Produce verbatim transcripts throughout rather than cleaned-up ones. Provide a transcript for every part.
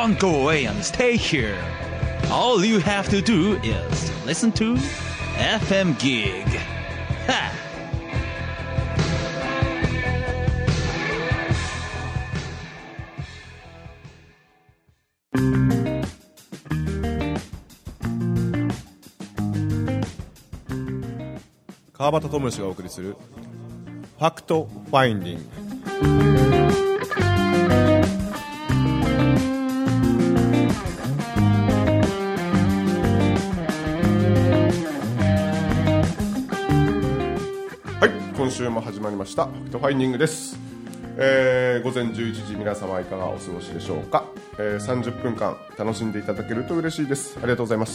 Don't go away and stay here. All you have to do is listen to エフエム Gig. Ha! 川端智之がお送りするファクトファインディング。はい、今週も始まりましたファクトファインディングです。えー、午前じゅういちじ、皆様いかがお過ごしでしょうか。えー、さんじゅっぷんかん楽しんでいただけると嬉しいです。ありがとうございます。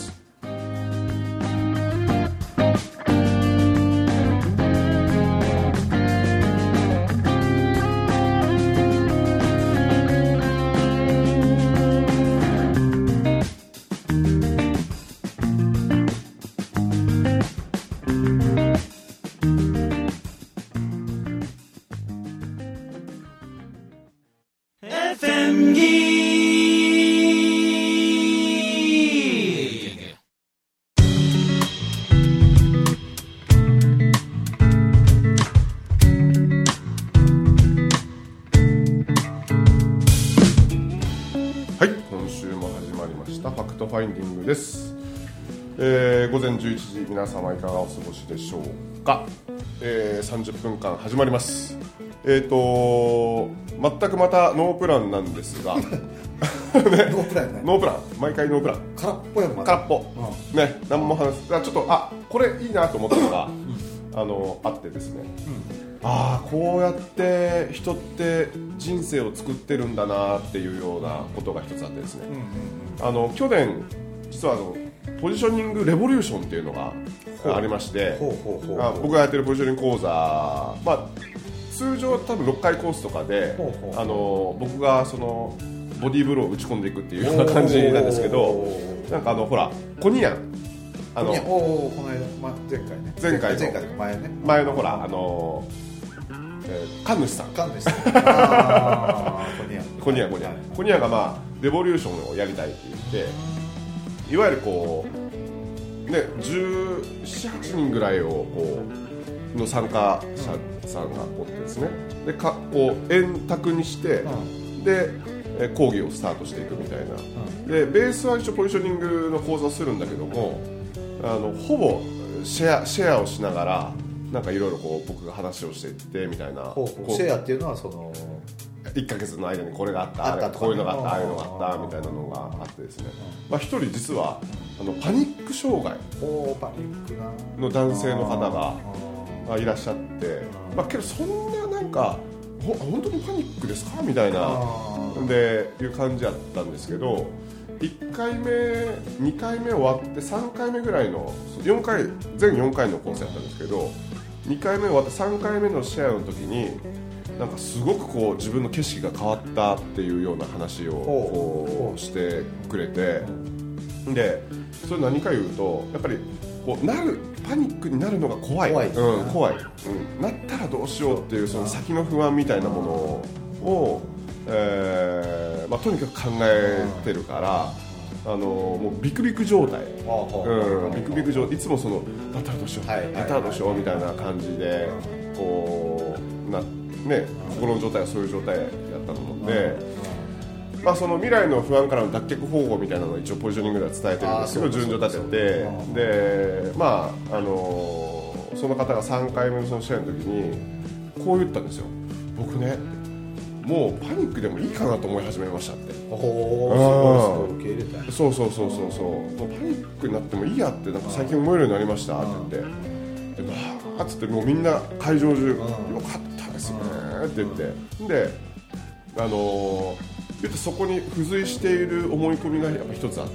ファインディングです。えー、午前じゅういちじ、皆様いかがお過ごしでしょうか。えー、さんじゅっぷんかん始まります。えーと全くまたノープランなんですが、ね、ノープランね。 ノープラン、毎回ノープラン。 空っぽやもん。 空っぽ。うん、ね、何も話す。ちょっとあ、これいいなと思ったのが、あのあってですね。うん、ああ、こうやって人って人生を作ってるんだなっていうようなことが一つあってですね。うんうんうん、あの去年実はあのポジショニングレボリューションっていうのがありまして、僕がやってるポジショニング講座、まあ、通常多分ろっかいコースとかで、ほうほうほう、あの僕がそのボディーブローを打ち込んでいくっていうような感じなんですけど、なんかあのほらコニアン、あのこの間、ま、前回ね前回の前回の前ね前のほらあのえー、神主さん神主さんあコニアコニアコニアコニアがまあレボリューションをやりたいって言って、いわゆるこうねじゅうなな、はちにんぐらいをこうの参加者さんがおってですね、でかこう円卓にして、うん、で講義をスタートしていくみたいな、うん、でベースは一応ポジショニングの講座をするんだけども、あのほぼシェアシェアをしながらなんかいろいろこう僕が話をしていってみたいな。 ほうほう、シェアっていうのはそのいっかげつの間にこれがあった、あったこういうのがあった、ああいうのがあったみたいなのがあってですね、まあ、一人実はあのパニック障害の男性の方がいらっしゃって、まあ、けどそんななんか本当にパニックですかみたいなでいう感じだったんですけど、いっかいめにかいめ終わってさんかいめぐらいのよんかい全よんかいのコースやったんですけど、にかいめ終わってさんかいめのシェアの時になんかすごくこう自分の景色が変わったっていうような話をこうしてくれて、でそれ何か言うとやっぱりこうなるパニックになるのが怖い、怖い、うん、怖い、うん、なったらどうしようっていうその先の不安みたいなものを、えーまあ、とにかく考えてるから、あのもうビクビク状態、うん、ビクビク状態、いつもそのだったらどうしよう、だったらどうしようみたいな感じでこうなね、心の状態はそういう状態だったと思うんで、まあ、その未来の不安からの脱却方法みたいなのを一応ポジショニングでは伝えてるんですけど、順序立てて、で、まああのー、その方がさんかいめのその試合の時にこう言ったんですよ。僕ね、もうパニックでもいいかなと思い始めましたって。 おー、すごい受け入れた。 そうそうそうそうそう、もうパニックになってもいいやってなんか最近思えるようになりましたって言って、でまあつってもうみんな会場中よかったですねって言って、であのー、言ってそこに付随している思い込みがやっぱ一つあって、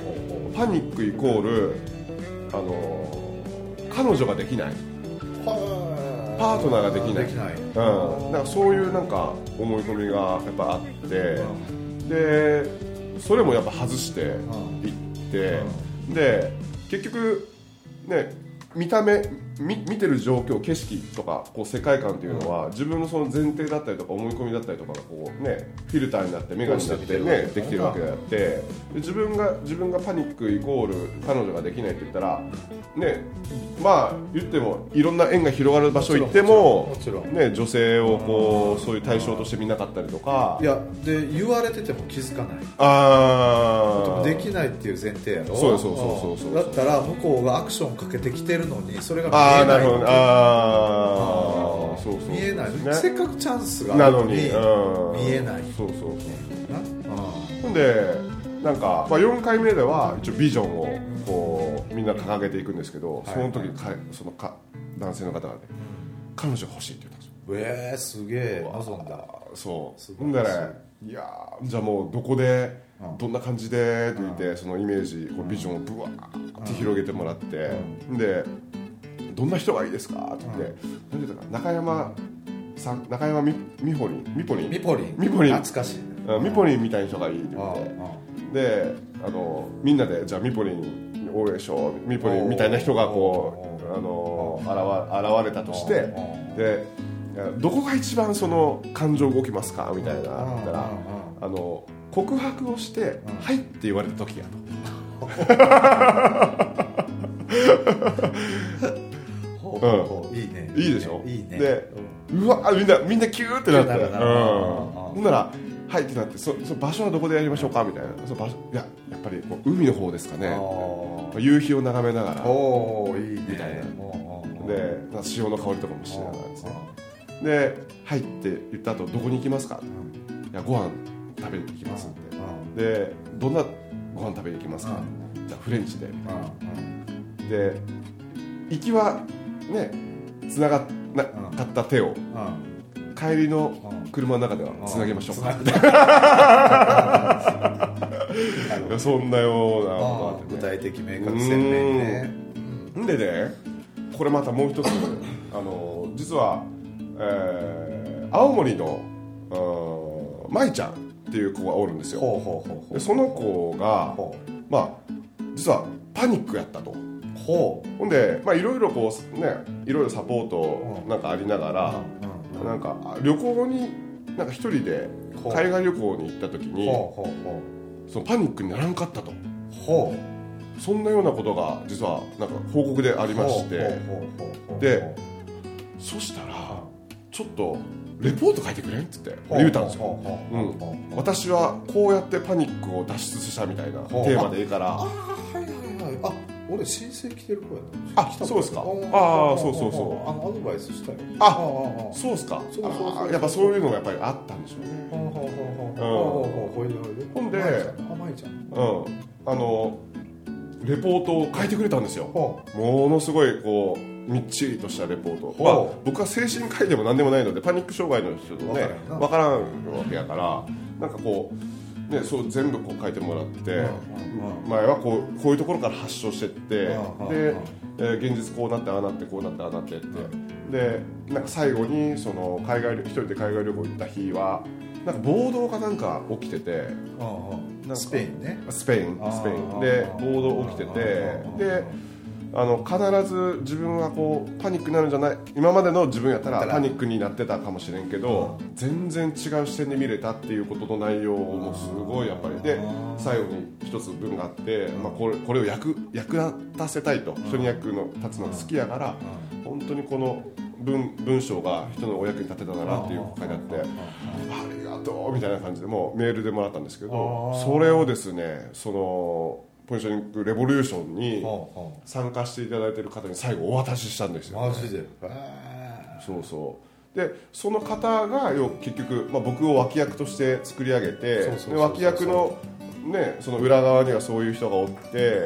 パニックイコール、あのー、彼女ができない、パートナーができない、うん、だからそういうなんか思い込みがやっぱあって、でそれもやっぱ外していって、で結局ね、見た目見てる状況、景色とかこう世界観というのは、うん、自分のその前提だったりとか思い込みだったりとかがこう、ね、フィルターになってメガネになって、ね、できてるわけであって、で自分が自分がパニックイコール彼女ができないって言ったら、ね、まあ言ってもいろんな縁が広がる場所行っても、ね、女性をこうそういう対象として見なかったりとか、 いやで言われてても気づかない、 あできないっていう前提やろ。 そうそうそうそうそう、 だったら向こうがアクションかけてきてるのにそれが見あえない。 なるほど、ああ、そうそうそう、 見えない、 ね、 せっかくチャンスがあるのに見えない。 そうそうそう。ほんでなんか、まあ、よんかいめでは一応ビジョンをこうみんな掲げていくんですけど、その時かそのか男性の方がね、彼女が欲しいって言ったんですよ。 えー、すげえ望んだ。 そうほんでね、いやじゃあもうどこでどんな感じでって言って、そのイメージこうビジョンをブワーって広げてもらって、でどんな人がいいですかって言って、何て言ったか中山さん、中山みみほりんみぽりんみぽりんみぽりん懐かしい、 みぽりんみたいな人がいいって言って、であのみんなでじゃあみぽりん応援しよう、みぽりんみたいな人がこうあの現, 現れたとして、でどこが一番その感情動きますかみたいな言ったら、あの告白をして「はい」って言われた時やと。うん、いいね、いいでしょ。いいね。で、うわみんなみんなキューってなって、うん、ほんならはいってなって、そそ場所はどこでやりましょうかみたいな、そ場所いややっぱりこう海の方ですかね。夕日を眺めながら、おいいねみたいな。で潮の香りとかもしながらですね。ではいって言った後どこに行きますか。いやご飯食べに行きますんで。でどんなご飯食べに行きますか。じゃあフレンチで。で行きはね繋がなかった手を帰りの車の中では繋げましょうか。そんなようなこと、 具体的明確鮮明ね。 でねこれまたもう一つあの実は、えー、青森の舞ちゃんっていう子がおるんですよ。ほうほうほうほう。でその子がまあ実はパニックやったと。ほう。ほんでまあいろいろこうねいろいろサポートなんかありながら、うんうん、なんか旅行になんか一人で海外旅行に行った時にそのパニックにならんかったと。ほう。そんなようなことが実はなんか報告でありまして、でそしたらちょっとレポート書いてくれんっつって言うたんですよ。うん、私はこうやってパニックを脱出したみたいなテーマでいいから。あ、はいはいはい。 あ、俺申請来てる子やった。あ、そうですか。ああ、そうそうそう。 あのアドバイスしたよ。 あ、そうですか。そうそうそう。やっぱそういうのがやっぱりあったんでしょうね。ほんで、うん、あのレポートを書いてくれたんですよ。ものすごいこうみっちりとしたレポート。まあ僕は精神科医でも何でもないのでパニック障害の人とね分からんわけやから、なんかこうねそう全部こう書いてもらって、前はこうこういうところから発症してって、で、えー、現実こうなってああなってこうなってああなってって、でなんか最後にその海外一人で海外旅行行った日はなんか暴動かなんか起きてて、 なんかスペインね。 スペインスペインで暴動起きてて、であの必ず自分はこうパニックになるんじゃない、今までの自分やったらパニックになってたかもしれんけど、全然違う視点で見れたっていうことの内容もすごいやっぱりで、最後に一つ文があって、まあ、これこれを役役立たせたいと、人に役の立つのが好きやから本当にこの文, 文章が人のお役に立てたんだなっていう書いてあって、ありがとうみたいな感じでもうメールでもらったんですけど、それをですねそのポジショニングレボリューションに参加していただいている方に最後お渡ししたんですよ、ね、 マジで。 そうそうでその方が要結局、まあ、僕を脇役として作り上げて、脇役の、ね、その裏側にはそういう人がおって、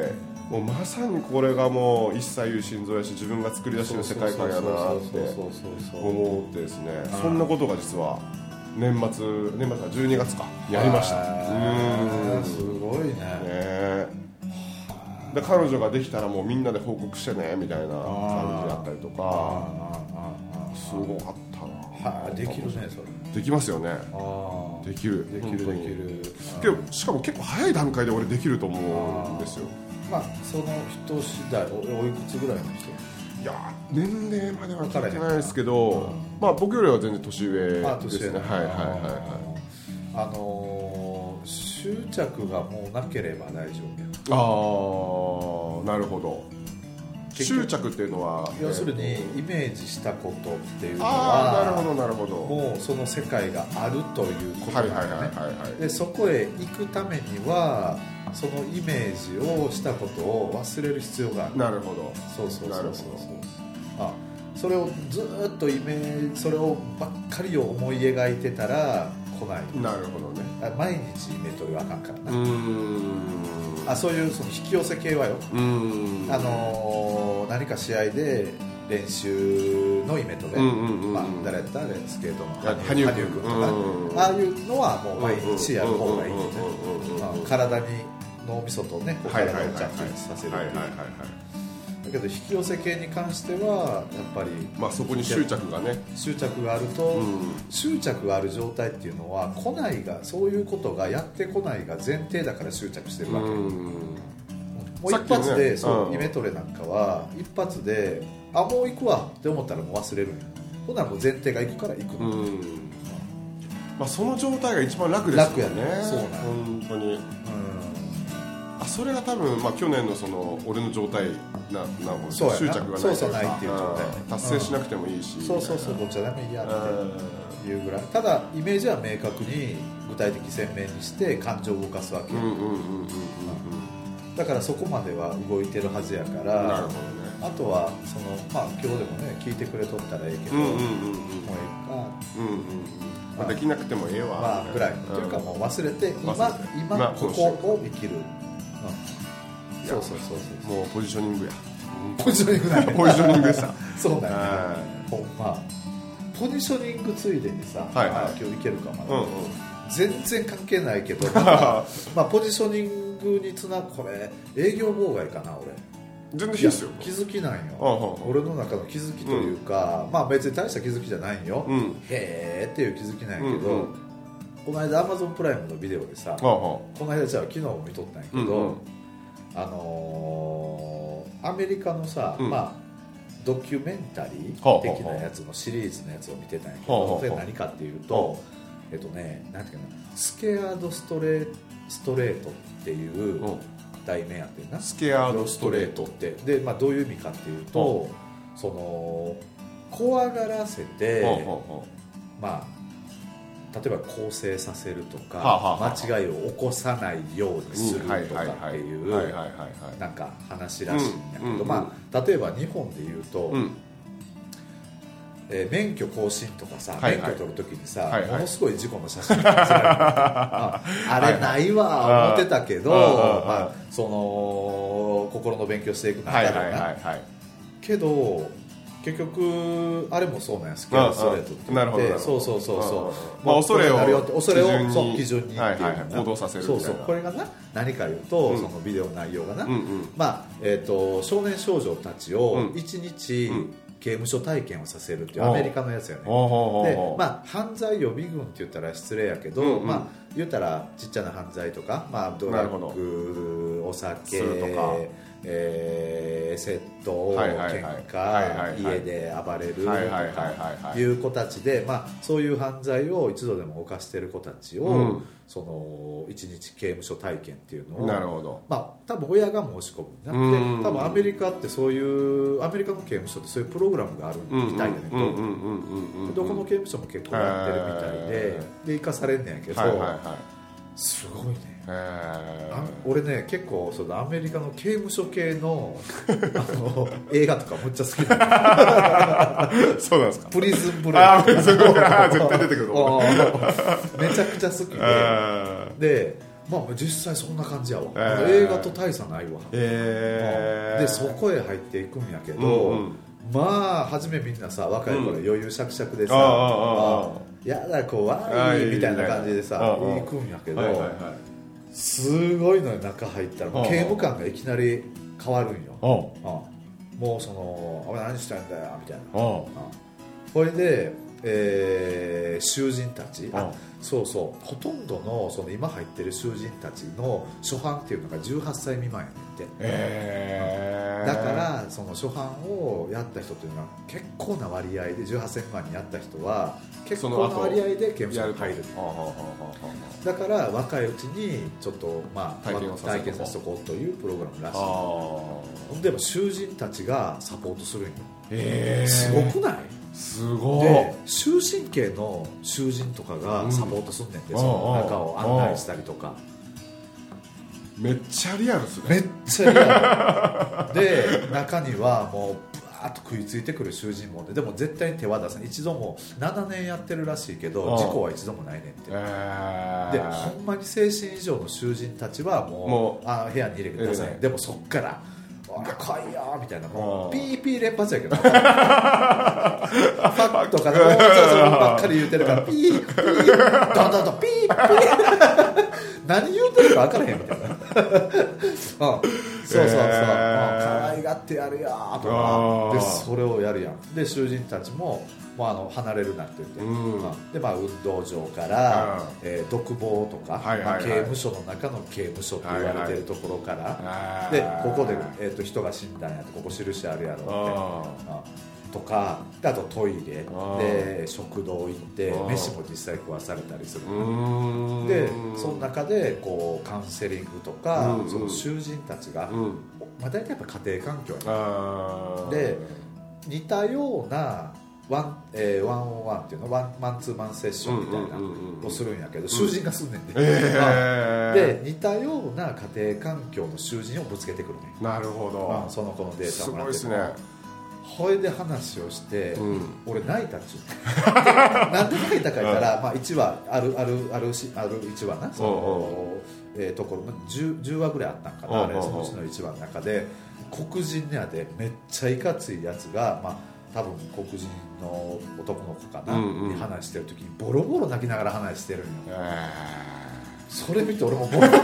もうまさにこれがもう一切いう心臓やし自分が作り出してる世界観やなって思ってですね、そんなことが実は年末年末かじゅうにがつかやりました。 うん、すごい ね, ねで彼女ができたらもうみんなで報告してねみたいな感じだったりとか、すごかったな。 はあ、できるねそれ。 できますよね。あできるできるできる。 けどしかも結構早い段階で俺できると思うんですよ。 まあその人次第。 お, おいくつぐらいの人？ いや年齢までは聞いてないですけど、うん、まあ僕よりは全然年上ですね。はいはいはいはい。 あのー、執着がもうなければ大丈夫。ああ、なるほど。執着っていうのは要するにイメージしたことっていうのは、あ、なるほどなるほど、 もうその世界があるということなんだね。でそこへ行くためにはそのイメージをしたことを忘れる必要がある。 なるほど。 そうそうそうそう。あ、それをずっとイメージ、それをばっかりを思い描いてたら来ない。 なるほどね。 毎日イメトレはあかんからな。うーん、あ、そういうその引き寄せ系はよ。うーん、あのー、何か試合で練習のイメトレ、まあ、誰やったらスケートの羽生君とか、ああいうのはもう毎日やる方がいいよね。体に脳みそとね、体を着地させる。だけど引き寄せ系に関してはやっぱり、 まあ、そこに執着がね執着があると、うん、執着がある状態っていうのは来ないが、そういうことがやってこないが前提だから執着してるわけ。うん、もう一発で、ね、そう、うん、イメトレなんかは一発であ、もう行くわって思ったらもう忘れるんよ。ほんならもう前提が行くから行くの。うん、 まあ、その状態が一番楽ですよね。 楽やね。そうなん本当に。うん、あ、それが多分、まあ、去年のその俺の状態ななので、執着がない、 そうそうないっていう状態、 達成しなくてもいいし、 うん、そうそうそう、どっちゃダメいやっていうぐらい。ただイメージは明確に具体的鮮明にして感情を動かすわけ。だからそこまでは動いてるはずやから。なるほどね。あとはその、まあ、今日でもね聞いてくれとったらええけど、もうええか、うんうんうん、 まあ、できなくてもええわ、 まあ、ぐらいというか、もう忘れて今、今、まあ、ここを生きる、うん、そうそうそうそう、 もうポジショニングや、 ポジショニングだねポジショニングでしたそうだよね、ほんまポジショニングついでにさ、はいはい、今日いけるかまだ、うんうん、全然関係ないけどまあポジショニングにつな、これ営業妨害かな、俺全然いいっすよ。 気づきなんよ、ああああ、俺の中の気づきというか、うん、まあ別に大した気づきじゃないんよ、うん、へーっていう気づきなんやけど、うんうん、この間 Amazon プライムのビデオでさ、ああ、この間じゃあ昨日も見とったんやけど、うんうん、あのー、アメリカのさ、うん、まあドキュメンタリー的なやつのシリーズのやつを見てたんやけど、それ何かっていうと、えっとね、なんていうかな、スケアードストレストレートっていう、うん、題名やってるな、 スケアードストレートってで、まあ、どういう意味かっていうと、うん、その怖がらせて、うん、まあ、例えば更生させるとか、間違いを起こさないようにするとかっていうなんか話らしいんやけど、うんうん、まあ、例えば日本でいうと、うん、えー、免許更新とかさ、はいはい、免許取るときにさ、はいはい、ものすごい事故の写真が見せられるあ, あれないわ思ってたけど、まあ、その心の勉強していく中でな、はいはいはいはい、けど結局あれもそうなんや、スケアストレートって言って、そうそうそうそう、 まあ、恐れを恐れをそう基準に、 はいはいはい、行動させるみたいな。 そうそう、これがな何か言うと、うん、そのビデオの内容がな、うんうん、まあえー、と少年少女たちをいちにち、うんうん、刑務所体験をさせるっていうアメリカのやつやね。で、まあ、犯罪予備軍って言ったら失礼やけど、うんうん、まあ、言ったらちっちゃな犯罪とか、まあ、ドラッグ、お酒とか、えー、窃盗、はいはいはい、喧嘩、はいはいはい、家で暴れるとかいう子たちで、まあ、そういう犯罪を一度でも犯している子たちを、うん、その一日刑務所体験っていうのを、 なるほど、 まあ、多分親が申し込むんだって、多分アメリカってそういうアメリカの刑務所ってそういうプログラムがあるみたいやねんけど、どこの刑務所も結構やってるみたいで、で生かされんねんやけど、はいはいはい、すごいね。あ俺ね、結構そのアメリカの刑務所系 の, あの映画とかめっちゃ好きだそうなんですか。 プリズンブレイク、あー絶対出てくるめちゃくちゃ好きで、で、まあ、実際そんな感じやわ、えー、映画と大差ないわ、えー、でそこへ入っていくんやけど、うんうん、まあ初めみんなさ、若い頃余裕しゃくしゃくでさ、うん、やだ怖いみたいな感じでさ行くんやけど、はいはいはい、すごいのよ。中入ったらもう刑務官がいきなり変わるんよ、うん、もうその「お前何したんだよ」みたいな、これでえー、囚人たち、あ、そうそう、ほとんどのその今入ってる囚人たちの初犯っていうのがじゅうはっさい未満やねんって、えー、だからその初犯をやった人っていうのは結構な割合でじゅうはっさい未満にやった人は結構な割合で刑務所に入る。だから若いうちにちょっと、まあ、体験させておこうというプログラムらしい。でも囚人たちがサポートするんよ、えー、すごくない？ すごい。 で終身刑の囚人とかがサポートすんねんで、うん、その中を案内したりとか。 めっちゃリアルですね。 めっちゃリアルで中にはもうブワーッと食いついてくる囚人もで、でも絶対に手は出さない。一度もななねんやってるらしいけど事故は一度もないねんって、えー、でほんまに精神異常の囚人たちはもう、もうあ部屋に入れてください、えー、でもそっから来いよみたいな、もうピーピー連発やけどファックとかのばっかり言うてるからピーピードンドンドンピーピー何言うてるか分からへんみたいなうん、そうそうそう、可愛がってやるやとかでそれをやるやん。で囚人たちももうあの離れるなって言って、うんでまあ、運動場から、えー、独房とか、はいはいはいまあ、刑務所の中の刑務所と言われてるところから、はいはい、でここで、えー、と人が死んだんやってここ印あるやろってとか、あとトイレで食堂行って飯も実際食わされたりする。でその中でこうカウンセリングとか、うん、その囚人たちが、うんまあ、大体やっぱ家庭環境や、ね、で似たようなワン、えー、ワンオンワンっていうのワンマンツーマンセッションみたいなのをするんやけど、囚人がすんねんで、えー、で似たような家庭環境の囚人をぶつけてくるね。 なるほど、 まあ、その子のデータをもらってすごいですね。 これで話をして、うん、俺泣いたっちゅうなんで泣いたか言ったら、まあ、いちわあるあるあるしあるいちわなその、えー、ところ 10, じゅうわぐらいあったんかな、あれそのうちのいちわの中で黒人やでめっちゃいかついやつが、まあ、多分黒人の男の子かな、うんうん、に話してる時にボロボロ泣きながら話してるんよ、えー、それ見て俺もボロボロ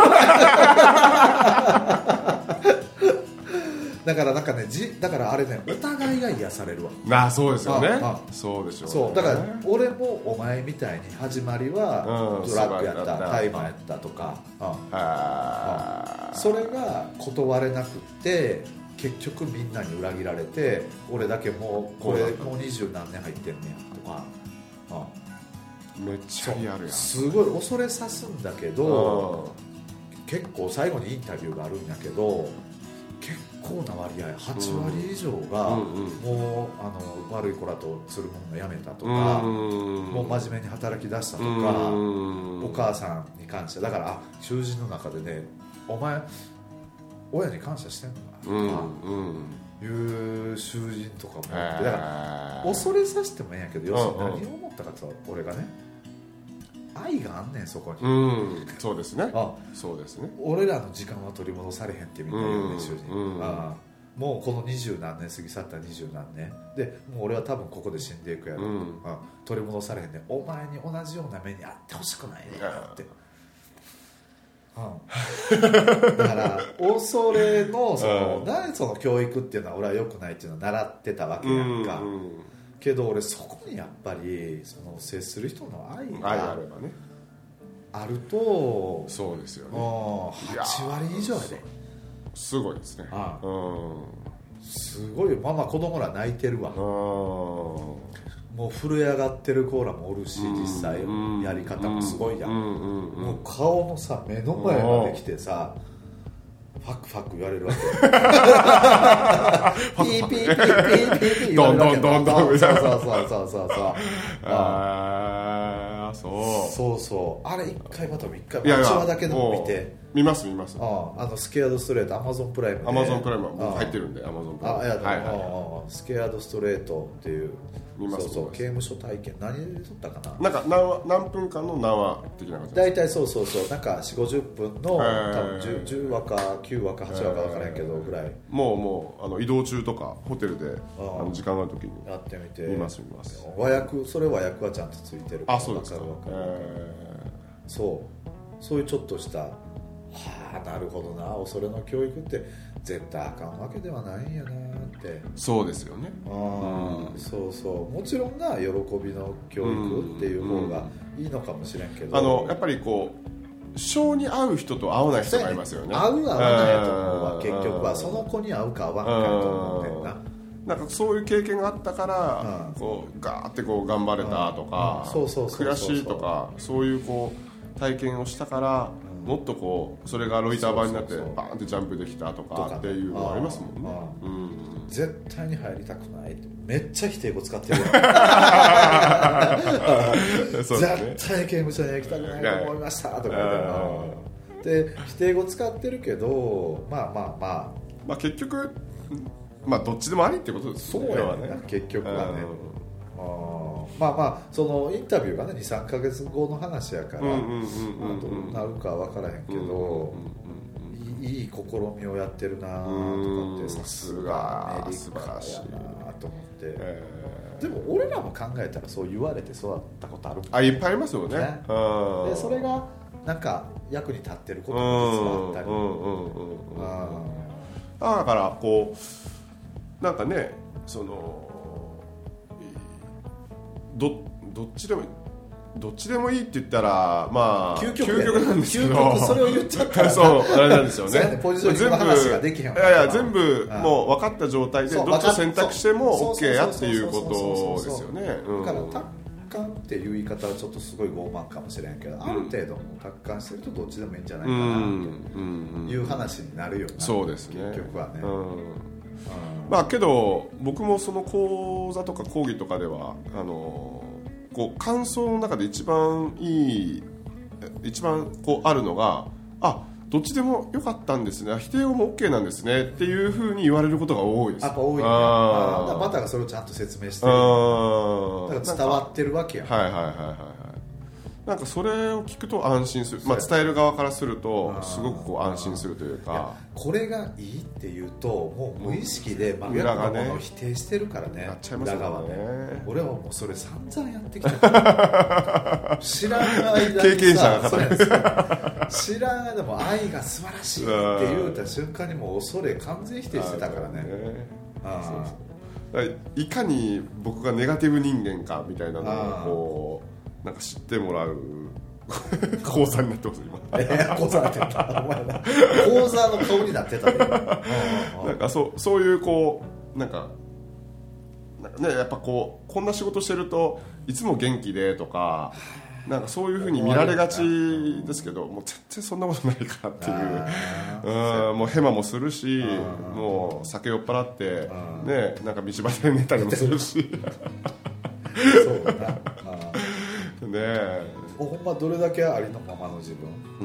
だからなんかねじだからあれねお互いが癒されるわ。 まあそうですよね。ああそうでしょうね。 そうだから俺もお前みたいに始まりはドラッグやった、タイマーやったとか、ああそれが断れなくって結局みんなに裏切られて俺だけもうこれもう二十何年入ってんねやとか、あめっちゃリアルやん。 すごい恐れさすんだけど結構最後にインタビューがあるんだけど結構な割合はちわり以上が、うんうんうん、もうあの悪い子らとするものをやめたとか、うんうん、もう真面目に働き出したとか、うんうん、お母さんに感謝だからあ囚人の中でねお前親に感謝してんのかなとか、うんうん、いう囚人とかもあってだから恐れさせてもええんやけど要するに何を思ったかと俺がね愛があんねんそこに、 うん、そうですね。あそうですね。 俺らの時間は取り戻されへんってみんな言うね、囚人、うん、あもうこの二十何年過ぎ去った二十何年でもう俺は多分ここで死んでいくやろ、うん、あ取り戻されへんねんお前に同じような目に遭ってほしくないねって、うん、だから恐れのその、うん、何その教育っていうのは俺は良くないっていうのを習ってたわけやんか、うんうんけど俺そこにやっぱりその接する人の愛があるとそうですよね。 はちわり以上やで。 すごいですね。ああうんすごいまあまあ子供ら泣いてるわ。もう震え上がってる子らもおるし実際やり方もすごいやん。もう顔のさ目の前まで来てさファクファク言われるわけピーピーピーピーピーピー言われるわけどんどんどんどんそうそうそうそうそうああそうそうそうあれ一回また一回いちわだけでも見て見ます見ますああのスケアードストレートアマゾンプライムでアマゾンプライムは僕入ってるんでアマゾンプライムあいやでも、はいはいはい、スケアードストレートっていう見ますそうそう刑務所体験何で撮ったかななんか何話何分間の何話的な感じ大体そうそうそうなんかよんじゅうごじゅっぷんの多分 10, じゅうわかきゅうわかはちわか分からへんけどぐらいもうもうあの移動中とかホテルであの時間がある時にやってみて見ます見ます和訳それ和訳はちゃんとついてるあそうですか、 えー、そうそういうちょっとしたはあなるほどな、恐れの教育って絶対あかんわけではないんやなって。 そうですよね。 あ、うん、そうそう、もちろんな喜びの教育っていう方がいいのかもしれんけど、 あのやっぱりこう性に合う人と合わない人がいますよね。 合う合わないと思うわ、結局はその子に合うか合わんかと思うねんな。 なんかそういう経験があったから、うん、こうガーってこう頑張れたとか、悔しいとか、そういうこう体験をしたから、うん、もっとこうそれがロイター板になってバーンってジャンプできたとかっていうのがありますもんね。うん、 絶対に入りたくないってめっちゃ否定語使ってるそうですね、絶対刑務所に行きたくないと思いましたとかで否定語使ってるけど、まあまあまあ、 まあ、結局まあどっちでもありってことですね。 そうやね、結局はね。あまあまあそのインタビューがね にさんかげつごの話やからどうなるか分からへんけど、いい試みをやってるなとかってさすがアメリカやなと思って、えー、でも俺らも考えたらそう言われて育ったことあるもんね。 あ、いっぱいありますよね。ね、 でそれがなんか役に立ってることも実はあったり、 だからこうなんかね、そのど, どっちでもどっちでもいいって言ったらまあ究 極,、ね、究極なんですけど、 究極それを言っちゃったらそうあれなんですよね。 ね、ポジショニングの話ができへんわ。 いやいや全部もう分かった状態でどっちを選択しても OK やっていうことですよね。 だから達観っていう言い方はちょっとすごい傲慢かもしれんけど、うん、ある程度達観してるとどっちでもいいんじゃないかなっていう話になるよな、うん、 そうですね、 結局はね。 うんまあけど僕もその講座とか講義とかではあのこう感想の中で一番いい一番こうあるのが、あ、どっちでもよかったんですね、否定も OK なんですねっていうふうに言われることが多いです。 やっぱ多いね。あバタがそれをちゃんと説明してる、だから伝わってるわけやん。 はいはいはいはいはい。なんかそれを聞くと安心する、まあ、伝える側からするとすごくこう安心するというか、 これがいいっていうともう無意識で真逆のものを否定してるからね。 やっちゃいますよね。裏側ね。 俺はもうそれ散々やってきた知らん間にさ、 経験者が方知らん間でも愛が素晴らしいって言うた瞬間にもう恐れ完全否定してたからね。あそうそういかに僕がネガティブ人間かみたいなのをこうなんか知ってもらう講座になってます今。 えー、講座になってた。お前な講座の顔になってたね。 なんかそうそういうこうなんかなんかね、やっぱこうこんな仕事してるといつも元気でとかなんかそういう風に見られがちですけど、もう全然そんなことないかっていう、うん、もうヘマもするし、もう酒酔っ払ってね、なんか道端で寝たりもするし。 そうだな。 ねえ、 ほんまどれだけありのままの自分、 うん、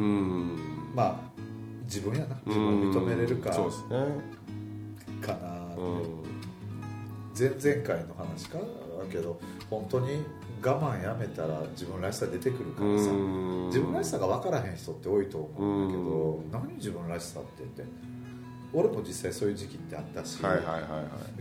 まあ自分やな、自分を認めれるか、 そうですねかな、うん、前々回の話かだけど本当に我慢やめたら自分らしさ出てくるからさ、自分らしさが分からへん人って多いと思うんだけど、何自分らしさって言って俺も実際そういう時期ってあったし、 はいはいはいはい、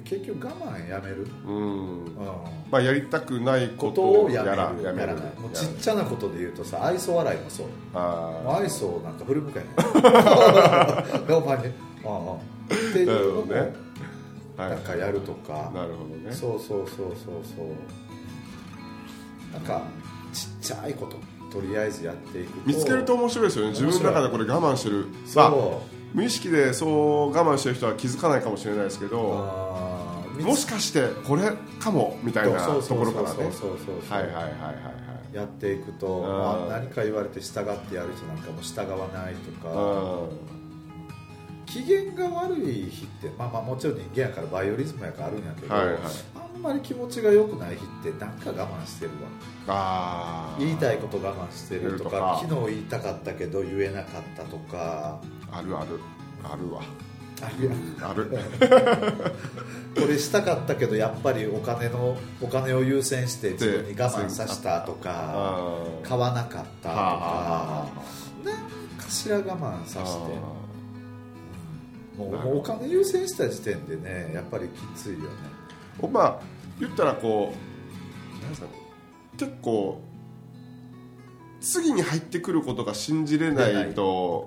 結局我慢やめる、 うんうんまあ、やりたくないことをやらやめるやらない。もうちっちゃなことで言うとさ、愛想笑いもそう、あもう愛想なんか振り向かへん我慢にああっていうのも、ね、なんかやるとか、 なるほどね、 そうそうそうそうそうなんかちっちゃいこととりあえずやっていくと見つけると面白いですよね。自分の中でこれ我慢してる、 そう、まあ無意識でそう我慢してる人は気づかないかもしれないですけど、もしかしてこれかもみたいなところからねやっていくと、まあ、何か言われて従ってやる人なんかも従わないとか、機嫌が悪い日って、まあ、まあもちろん人間やからバイオリズムやからあるんやけど、はいはい、あんまり気持ちが良くない日ってなんか我慢してるわ。あ言いたいこと我慢してると か, とか昨日言いたかったけど言えなかったとか、 あるあるあるわあるやあるこれしたかったけどやっぱりお金のお金を優先して自分に我慢させたとか、買わなかったとか、何かしら我慢させて、も う, もうお金優先した時点でねやっぱりきついよね。 まあ言ったらこう何ですかね、結構次に入ってくることが信じれないと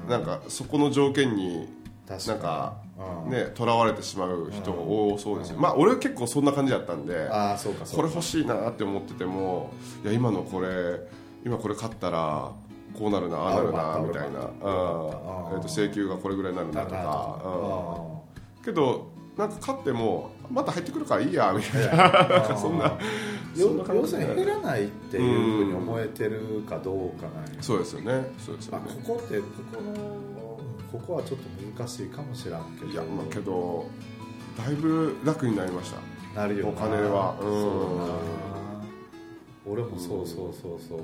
なんかそこの条件になんかねとらわれてしまう人が多そうですよ。まあ俺は結構そんな感じだったんで、 あそうかそうか、 これ欲しいなって思ってても、いや今のこれ今これ買ったらこうなるなああなるなみたいな、えーと請求がこれぐらいになるなとか、けどなんか買ってもまた入ってくるからいいやみたいな、なんかそんな要するに減らないっていうふうに思えてるかどうかなんや。 そうですよね、そうですよね。 まあ、ここってここのここはちょっと難しいかもしれんけど、 いやまあけどだいぶ楽になりました。 なるよな、 お金は。うん、 そうな、俺もそうそうそうそう、うん、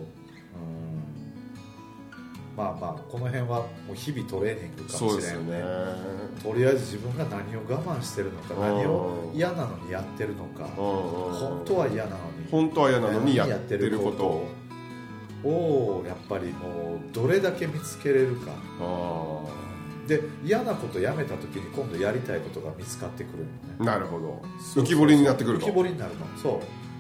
まあまあこの辺はもう日々トレーニングかもしれんね。そうですよね。とりあえず自分が何を我慢してるのか、何を嫌なのにやってるのか、本当は嫌なのに本当は嫌なのにやってることをやっぱりもうどれだけ見つけれるか。あで嫌なことやめた時に今度やりたいことが見つかってくるのね。 なるほど。浮き彫りになってくると。 浮き彫りになるの。そう、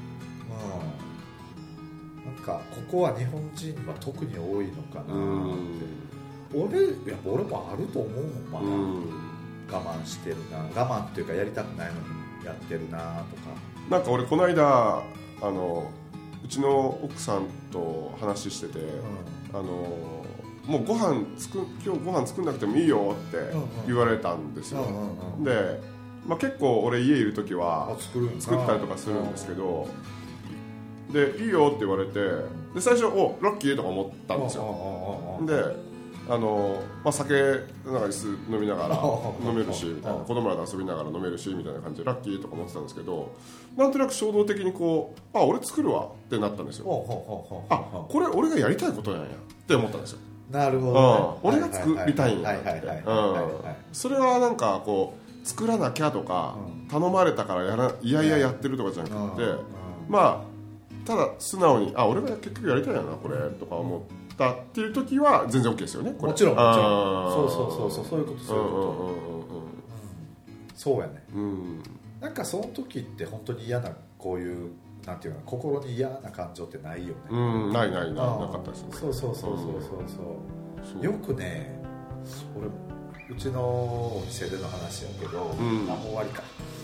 うん、なんかここは日本人は特に多いのかなって。俺やっぱ俺もあると思うもん、まだ。我慢してるな、我慢っていうかやりたくないのにやってるなとか。 なんか俺この間あのうちの奥さんと話してて、うん、あのもうご飯つく今日ご飯作んなくてもいいよって言われたんですよ。で、まあ、結構俺家いる時は作ったりとかするんですけど、でいいよって言われて、で最初おラッキーとか思ったんですよ。であの、まあ、酒なんか飲みながら飲めるしみたいな、子供らと遊びながら飲めるしみたいな感じでラッキーとか思ってたんですけど、なんとなく衝動的にこうあ俺作るわってなったんですよ。あこれ俺がやりたいことなんやって思ったんですよ。 なるほど、 ね、うん、俺が作りたいんやって。それはなんかこう作らなきゃとか、うん、頼まれたからやらいやいややってるとかじゃなくて、うん、まあただ素直にあ俺が結局やりたいんやなこれとか思ったっていう時は全然 OK ですよね。これもちろんもちろん、そうそうそうそう、そういうことそういうこと、そうやね、うん、なんかその時って本当に嫌なこういうなんていうか心に嫌な感情ってないよね。 うん、ないないないなかったですね。 そうそうそうそうそうそう。よくね、俺うちのお店での話やけど、うん、あもう終わりか。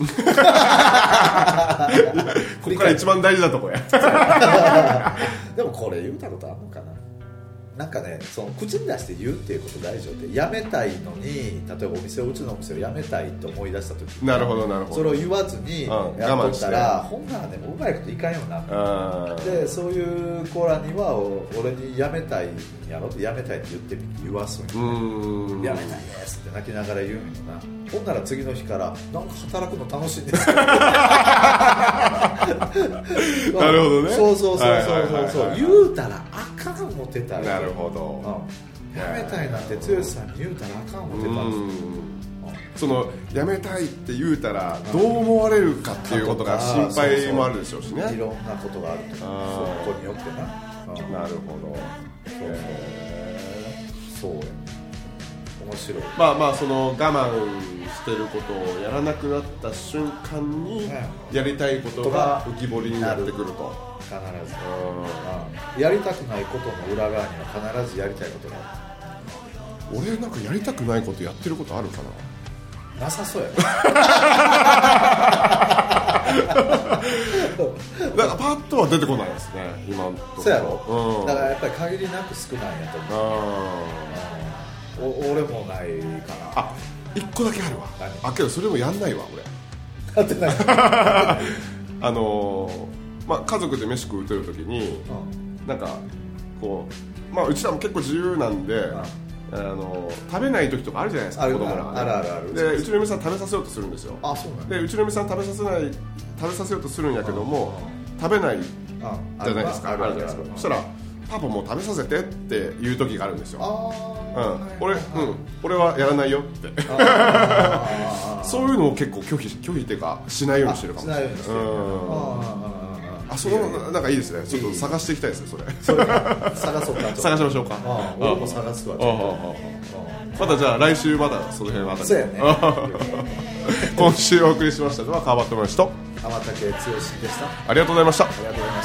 ここから一番大事なとこや。 でもこれ言うたことあるのかな。なんかね、その口に出して言うっていうこと大事で、やめたいのに例えばお店をうちのお店をやめたいと思い出した時に、 なるほどなるほど、 それを言わずにやっとったら、ほんならねもううまいこといかんようなで、そういう子らには俺にやめたいんやろって、やめたいって言って言わすんよ。やめたいですって泣きながら言うんよな。ほんなら次の日からなんか働くの楽しいんですよ。なるほどね。 そうそうそうそうそう、言うたらあかん思ってたら、 なるほど、 うん、やめたいなんて剛さんに言うたらあかん思ってたんですよ。 そのやめたいって言うたらどう思われるかっていうことが心配もあるでしょうしね。 いろんなことがあると思う、そこによってな。 なるほど。 そうやね、面白い。 まあまあその我慢してることをやらなくなった瞬間にやりたいことが浮き彫りになってくると。 必ず、うん、やりたくないことの裏側には必ずやりたいことがある。 俺なんかやりたくないことやってることあるかな。 なさそうやね。 なんかパッとは出てこないですね今のところ。 そうやろ、うん、だからやっぱり限りなく少ないんやと思う。お俺もないかな。 あ、一個だけあるわ。あ、けどそれもやんないわ俺。 やってない。 あのーまあ、家族で飯食うという時に、うん、なんかこう、まあ、うちらも結構自由なんで、うん、あの食べない時とかあるじゃないですか、子供らが、ね、 あるあるある。 でうちの嫁さん食べさせようとするんですよ。 あ、そうなんでうちの嫁さん食べさせない食べさせようとするんやけども、うん、食べないじゃないですか。あるじゃないですか。そしたらパパもう食べさせてっていう時があるんですよ。あ、うん、俺、うん、俺はやらないよってそういうのを結構拒否拒否っていうかしないようにしてるかもしれない。あ、そのなんかいいですね。ちょっと探していきたいですね、それ。それ探そうか。 探しましょうか。 ああ、俺も探すわ。 またじゃあ来週またその辺あたり。 そうやね。 今週お送りしましたのは川端智之と天竹剛でした。 ありがとうございました。 ありがとうございました。